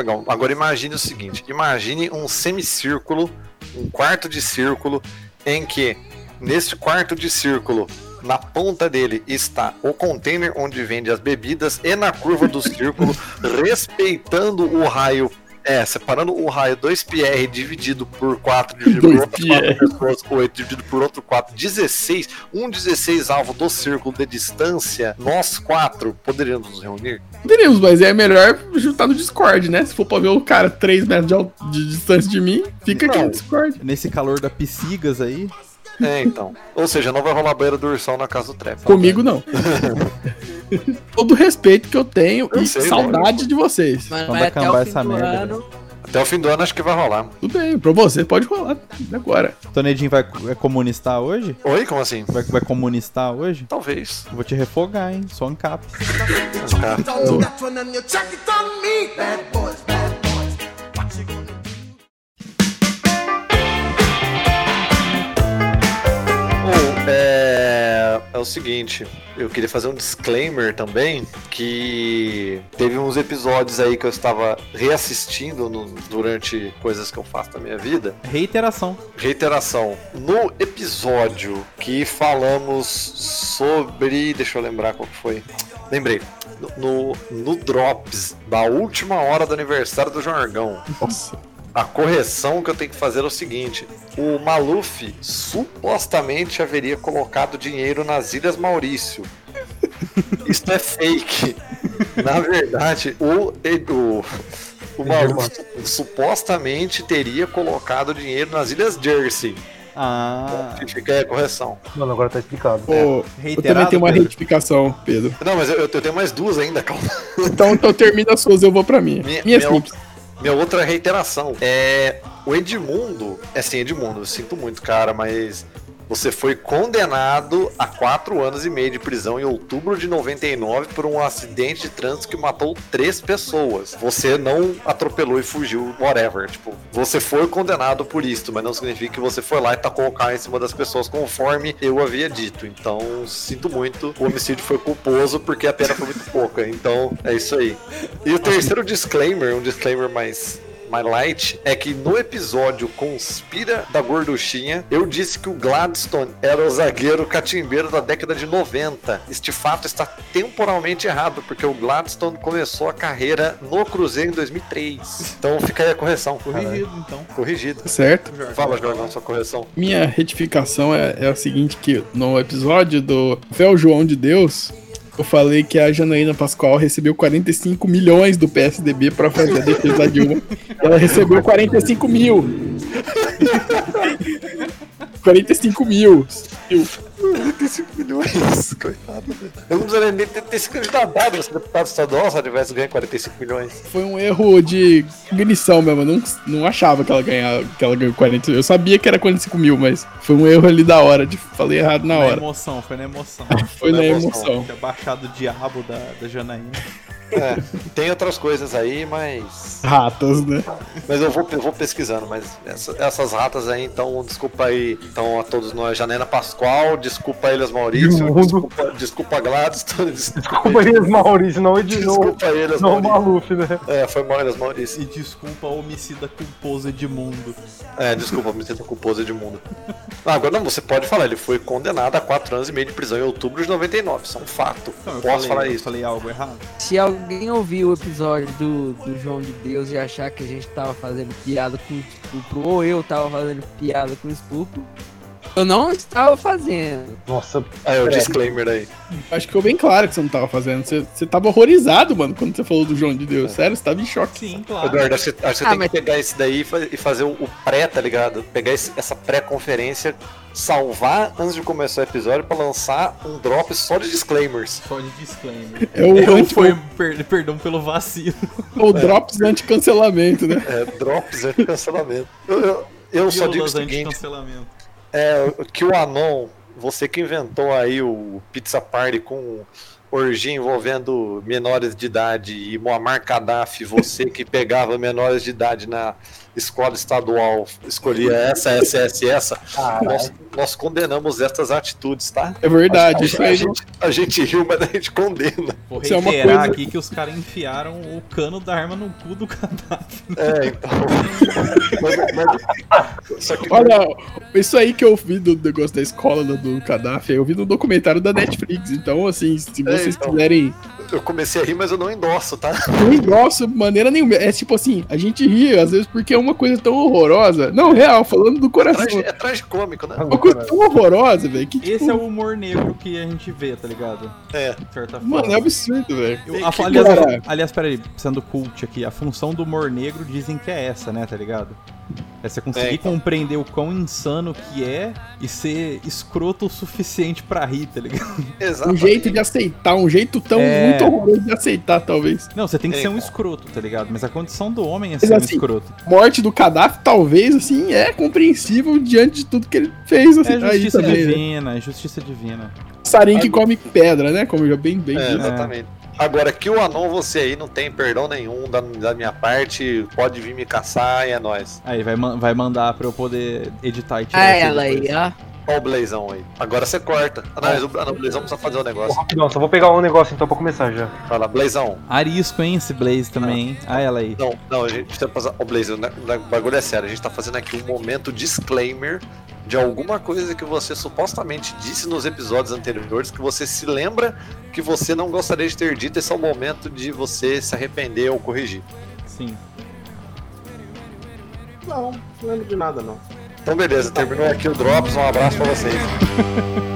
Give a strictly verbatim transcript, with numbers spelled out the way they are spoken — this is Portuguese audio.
Jorgão, agora imagine o seguinte, imagine um semicírculo, um quarto de círculo, em que, neste quarto de círculo, na ponta dele está o container onde vende as bebidas e na curva do círculo, respeitando o raio, é, separando o raio dois P R dividido por quatro, dividido por outras quatro pessoas, oito dividido por outro quatro, dezesseis, um dezesseis alvo do círculo de distância, nós quatro poderíamos nos reunir? Poderíamos, mas é melhor juntar no Discord, né? Se for pra ver o cara três metros de, al- de distância de mim, fica aqui Não. no Discord. Nesse calor da Psigas aí. É, então. Ou seja, não vai rolar banheiro do ursão na casa do Trap. Comigo não. Todo o respeito que eu tenho Eu e sei, saudade lógico. de vocês. Mas Quando vai até acabar o fim essa do merda, ano. Até o fim do ano acho que vai rolar. Tudo bem, pra você pode rolar agora. Tonedinho vai, vai comunistar hoje? Oi, como assim? Vai, vai comunistar hoje? Talvez. Vou te refogar, hein? Só um cap. Mas, cara, Don't do that one and you check it on me. Bad boys, bad boys. What you gonna do? Bom, é... é o seguinte, eu queria fazer um disclaimer também, que teve uns episódios aí que eu estava reassistindo no- durante coisas que eu faço na minha vida. Reiteração. Reiteração, no episódio que falamos sobre, deixa eu lembrar qual que foi, lembrei, no, no Drops da última hora do aniversário do Jorgão. Nossa. A correção que eu tenho que fazer é o seguinte: o Maluf supostamente haveria colocado dinheiro nas Ilhas Maurício. Isso é fake. Na verdade, o, o, o Maluf supostamente teria colocado dinheiro nas Ilhas Jersey. Ah. Fica aí a correção. Mano, agora tá explicado. Pô, eu Reiterado, também tenho uma Pedro? retificação, Pedro. Não, mas eu, eu tenho mais duas ainda, calma. Então, então termina as suas, eu vou pra minha. Minha- Minha, minha simples. Minha outra reiteração é o Edmundo. É assim, Edmundo, eu sinto muito, cara, mas você foi condenado a quatro anos e meio de prisão em outubro de noventa e nove por um acidente de trânsito que matou três pessoas. Você não atropelou e fugiu, whatever. Tipo, você foi condenado por isso, mas não significa que você foi lá e tacou o carro em cima das pessoas conforme eu havia dito. Então, sinto muito, o homicídio foi culposo porque a pena foi muito pouca. Então, é isso aí. E o terceiro disclaimer, um disclaimer mais mais light, é que no episódio Conspira da Gorduchinha, eu disse que o Gladstone era o zagueiro catimbeiro da década de noventa. Este fato está temporalmente errado, porque o Gladstone começou a carreira no Cruzeiro em dois mil e três. Então fica aí a correção. Corrigido, então. Corrigido. Certo? Fala, Jorgão, sua correção. Minha retificação é, é a seguinte, que no episódio do Fel João de Deus, eu falei que a Janaína Pascoal recebeu quarenta e cinco milhões do P S D B pra fazer a defesa da Dilma. Ela recebeu quarenta e cinco mil. quarenta e cinco mil. quarenta e cinco milhões, coitado. Eu não precisaria nem ter, ter se candidatado a ser deputado estadual se ela tivesse ganho quarenta e cinco milhões. Foi um erro de cognição mesmo. Eu não, não achava que ela ganhava, que ela ganhou quarenta. Eu sabia que era quarenta e cinco mil, mas foi um erro ali da hora. De, falei errado na Na hora. emoção, foi na emoção. Foi na na emoção. emoção. Tinha baixado o diabo da, da Janaína. É, tem outras coisas aí, mas. Ratas, né? Mas eu vou, eu vou pesquisando, mas essa- essas ratas aí, então, desculpa aí, então, a todos nós, Janaína Pascoal, desculpa Ilhas Maurício, Edmundo. desculpa, desculpa Gladstone, desculpa, Desculpa aí, Maurício, não de novo. desculpa Ilhas Não o Maurício. Maluf, né? É, foi mal Ilhas Maurício. E desculpa a homicida culposo Edmundo. É, desculpa, me sinto culposo Edmundo. Ah, agora não, você pode falar, ele foi condenado a quatro anos e meio de prisão em outubro de noventa e nove, isso é um fato. Não, eu Posso falei, falar eu isso? falei algo errado? Se alguém ouvir o episódio do, do João de Deus e achar que a gente tava fazendo piada com estupro, ou eu tava fazendo piada com estupro, eu não estava fazendo. Nossa, É, o É. disclaimer aí. Acho que ficou bem claro que você não tava fazendo. Você, você tava horrorizado, mano, quando você falou do João de Deus. Sério, você tava em choque. Sim, claro. Eduardo, acho que, acho que você Ah, tem mas- que pegar esse daí e fa- e fazer o, o pré, tá ligado? Pegar esse- essa pré-conferência, salvar antes de começar o episódio pra lançar um drop só de disclaimers. Só de disclaimer. É o, Eu anti, foi, per- perdão pelo vacilo. o Drops anti-cancelamento, né? É, drops de cancelamento. Eu, eu, eu só digo o Pílulas seguinte, anti-cancelamento. é que o Anon, você que inventou aí o Pizza Party com orgia envolvendo menores de idade e Muammar Gaddafi, você que pegava menores de idade na, escola estadual escolhia essa, essa, essa e essa, Caralho. nós, nós condenamos estas atitudes, tá? É verdade, A, isso a aí. gente, a gente riu, mas a gente condena. Vou Isso é uma reiterar coisa- aqui que os caras enfiaram o cano da arma no cu do cadáver. É, então. mas, mas, só que Olha, isso aí que eu vi do negócio da escola do, do Gaddafi, eu vi no documentário da Netflix. Então, assim, se vocês então. quiserem. eu comecei a rir, mas eu não endosso, tá? Não endosso de maneira nenhuma. É tipo assim, a gente ri, às vezes, porque é uma coisa tão horrorosa. Não, real, falando do coração. Tragi- É tragicômico, né? Uma coisa tão horrorosa, velho. Que, tipo, Esse é o humor negro que a gente vê, tá ligado? É. De certa forma. Mano, é absurdo, velho. Eu- a- que aliás, cara. aliás, peraí, sendo cult aqui, a função do humor negro dizem que é essa, né, tá ligado? É você conseguir É, então. compreender o quão insano que é e ser escroto o suficiente pra rir, tá ligado? Um Exatamente. jeito de aceitar, um jeito tão É. muito horroroso de aceitar, talvez. Não, você tem que É, ser um então. escroto, tá ligado? Mas a condição do homem é Mas ser um assim, escroto. Morte do Gaddafi, talvez, assim, é compreensível diante de tudo que ele fez, assim, É aí justiça também, né? divina, é justiça divina. Passarinho que come pedra, né? Como já bem, bem É, dito. exatamente. Agora, que o anão, você aí, não tem perdão nenhum da, da minha parte, pode vir me caçar e é nóis. Aí vai, ma- vai mandar pra eu poder editar e tirar Ah, isso ela aí, depois. ó. Olha o Blazão aí. Agora você corta. Ah, não, mas o, ah, não, o Blazão precisa fazer o Ô, negócio. rapidão, só vou pegar um negócio então pra começar já. Fala, Blazão. Arisco, hein, esse Blaze também, hein? Ah, ela aí. Não, não, a gente precisa passar. Ô, Blazão, né, o bagulho é sério. A gente tá fazendo aqui um momento disclaimer de alguma coisa que você supostamente disse nos episódios anteriores que você se lembra que você não gostaria de ter dito. Esse é o momento de você se arrepender ou corrigir. Sim. Não, não lembro de nada, não. Então, beleza, terminou aqui o Drops. Um abraço pra vocês.